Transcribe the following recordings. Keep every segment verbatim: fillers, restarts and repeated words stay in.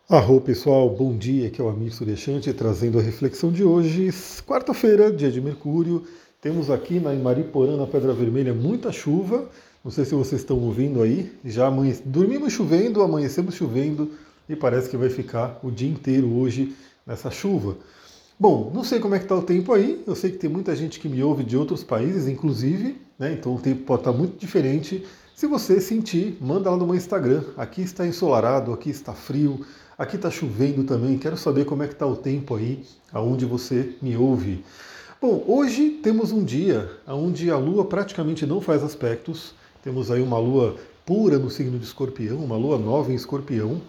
Arro pessoal, bom dia, aqui é o Amir Suryashanti trazendo a reflexão de hoje, quarta-feira, dia de Mercúrio. Temos aqui na em Mariporã, na Pedra Vermelha, muita chuva. Não sei se vocês estão ouvindo aí. Já amanhe... dormimos chovendo, amanhecemos chovendo e parece que vai ficar o dia inteiro hoje nessa chuva. Bom, não sei como é que está o tempo aí. Eu sei que tem muita gente que me ouve de outros países, inclusive, né? Então o tempo pode estar muito diferente. Se você sentir, manda lá no meu Instagram. Aqui está ensolarado, aqui está frio, aqui está chovendo também. Quero saber como é que está o tempo aí, aonde você me ouve. Bom, hoje temos um dia onde a Lua praticamente não faz aspectos. Temos aí uma Lua pura no signo de Escorpião, uma Lua nova em Escorpião.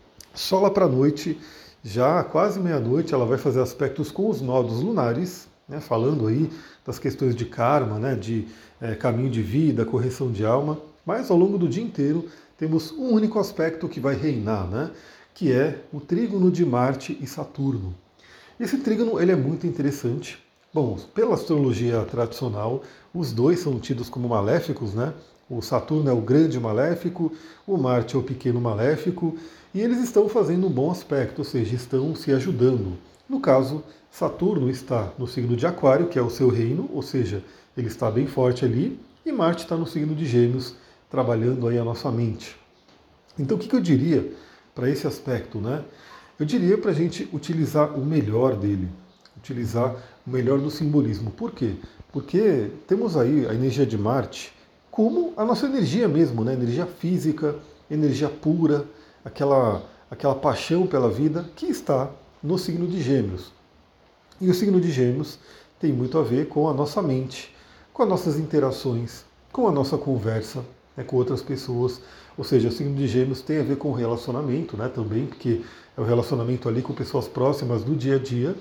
Só lá para a noite, já quase meia-noite, ela vai fazer aspectos com os nodos lunares, né, falando aí das questões de karma, né, de é, caminho de vida, correção de alma. Mas ao longo do dia inteiro temos um único aspecto que vai reinar, né, que é o trígono de Marte e Saturno. Esse trígono ele é muito interessante. Bom, pela astrologia tradicional, os dois são tidos como maléficos, né? O Saturno é o grande maléfico, o Marte é o pequeno maléfico, e eles estão fazendo um bom aspecto, ou seja, estão se ajudando. No caso, Saturno está no signo de Aquário, que é o seu reino, ou seja, ele está bem forte ali, e Marte está no signo de Gêmeos, trabalhando aí a nossa mente. Então, o que eu diria para esse aspecto, né? Eu diria para a gente utilizar o melhor dele, utilizar o melhor do simbolismo. Por quê? Porque temos aí a energia de Marte como a nossa energia mesmo, né? Energia física, energia pura, aquela, aquela paixão pela vida que está no signo de Gêmeos. E o signo de Gêmeos tem muito a ver com a nossa mente, com as nossas interações, com a nossa conversa, né, com outras pessoas. Ou seja, o signo de Gêmeos tem a ver com relacionamento, né, também, porque é o relacionamento ali com pessoas próximas do dia a dia.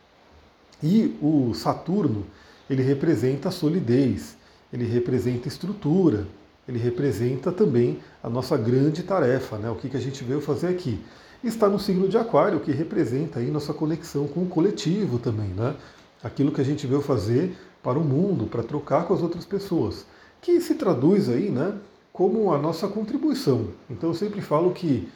E o Saturno, ele representa a solidez, ele representa estrutura, ele representa também a nossa grande tarefa, né, o que, que a gente veio fazer aqui. Está no signo de Aquário, que representa aí nossa conexão com o coletivo também, né? Aquilo que a gente veio fazer para o mundo, para trocar com as outras pessoas, que se traduz aí, né, como a nossa contribuição. Então eu sempre falo que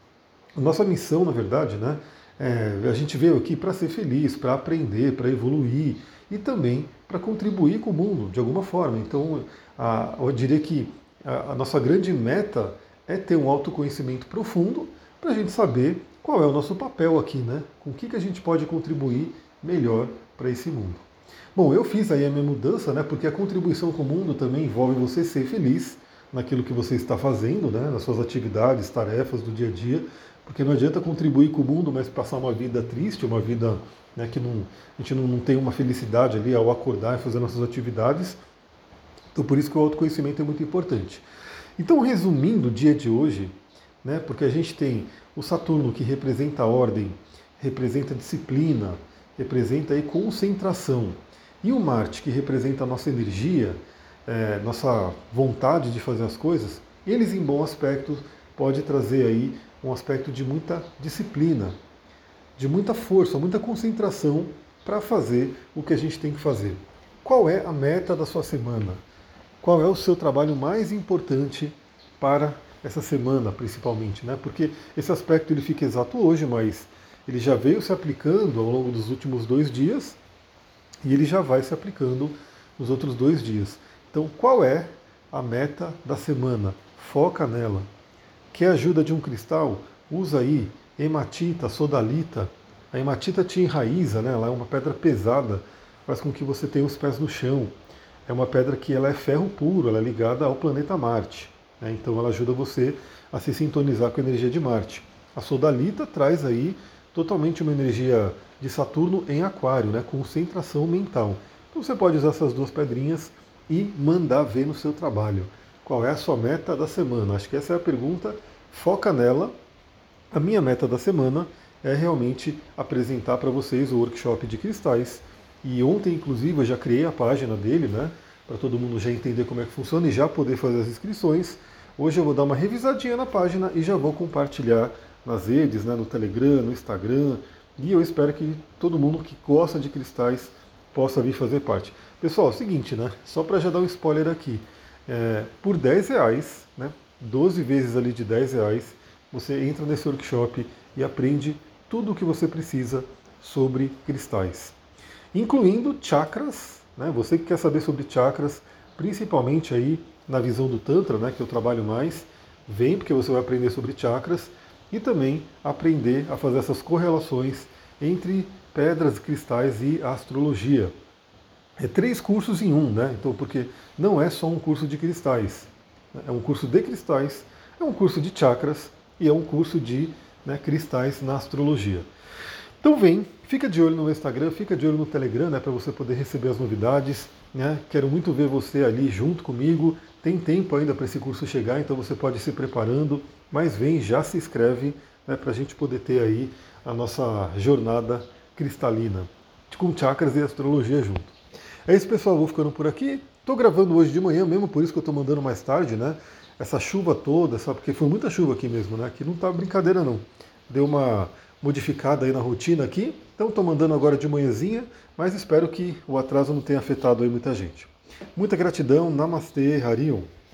a nossa missão, na verdade, né, é, a gente veio aqui para ser feliz, para aprender, para evoluir e também para contribuir com o mundo de alguma forma. Então a, eu diria que a, a nossa grande meta é ter um autoconhecimento profundo para a gente saber qual é o nosso papel aqui, né? Com o que, que a gente pode contribuir melhor para esse mundo. Bom, eu fiz aí a minha mudança, né? Porque a contribuição com o mundo também envolve você ser feliz naquilo que você está fazendo, né? Nas suas atividades, tarefas do dia a dia, porque não adianta contribuir com o mundo, mas passar uma vida triste, uma vida, né, que não, a gente não, não tem uma felicidade ali ao acordar e fazer nossas atividades. Então por isso que o autoconhecimento é muito importante. Então, resumindo o dia de hoje, né, porque a gente tem o Saturno que representa a ordem, representa a disciplina, representa aí concentração, e o Marte que representa a nossa energia, é, nossa vontade de fazer as coisas, eles em bom aspecto pode trazer aí um aspecto de muita disciplina, de muita força, muita concentração para fazer o que a gente tem que fazer. Qual é a meta da sua semana? Qual é o seu trabalho mais importante para essa semana, principalmente, né? Porque esse aspecto ele fica exato hoje, mas ele já veio se aplicando ao longo dos últimos dois dias e ele já vai se aplicando nos outros dois dias. Então, qual é a meta da semana? Foca nela. Quer ajuda de um cristal? Usa aí hematita, sodalita. A hematita te enraiza, né? Ela é uma pedra pesada, faz com que você tenha os pés no chão. É uma pedra que ela é ferro puro, ela é ligada ao planeta Marte, né? Então ela ajuda você a se sintonizar com a energia de Marte. A sodalita traz aí totalmente uma energia de Saturno em Aquário, né? Concentração mental. Então você pode usar essas duas pedrinhas e mandar ver no seu trabalho. Qual é a sua meta da semana? Acho que essa é a pergunta. Foca nela. A minha meta da semana é realmente apresentar para vocês o workshop de cristais. E ontem, inclusive, eu já criei a página dele, né? Para todo mundo já entender como é que funciona e já poder fazer as inscrições. Hoje eu vou dar uma revisadinha na página e já vou compartilhar nas redes, né? No Telegram, no Instagram. E eu espero que todo mundo que gosta de cristais possa vir fazer parte. Pessoal, é o seguinte, né? Só para já dar um spoiler aqui. É, por dez reais, né? doze vezes ali de dez reais, você entra nesse workshop e aprende tudo o que você precisa sobre cristais, incluindo chakras, né? Você que quer saber sobre chakras, principalmente aí na visão do Tantra, né, que eu trabalho mais, vem porque você vai aprender sobre chakras e também aprender a fazer essas correlações entre pedras, cristais e astrologia. É três cursos em um, né? Então, porque não é só um curso de cristais, é um curso de cristais, é um curso de chakras e é um curso de, né, cristais na astrologia. Então vem, fica de olho no Instagram, fica de olho no Telegram, né, para você poder receber as novidades. Né? Quero muito ver você ali junto comigo. Tem tempo ainda para esse curso chegar, então você pode ir se preparando, mas vem, já se inscreve, né, para a gente poder ter aí a nossa jornada cristalina, com chakras e astrologia junto. É isso, pessoal, vou ficando por aqui. Estou gravando hoje de manhã mesmo, por isso que eu estou mandando mais tarde, né? Essa chuva toda, sabe? Porque foi muita chuva aqui mesmo, né? Aqui não tá brincadeira não. Deu uma modificada aí na rotina aqui, então estou mandando agora de manhãzinha, mas espero que o atraso não tenha afetado aí muita gente. Muita gratidão, Namastê, Harion.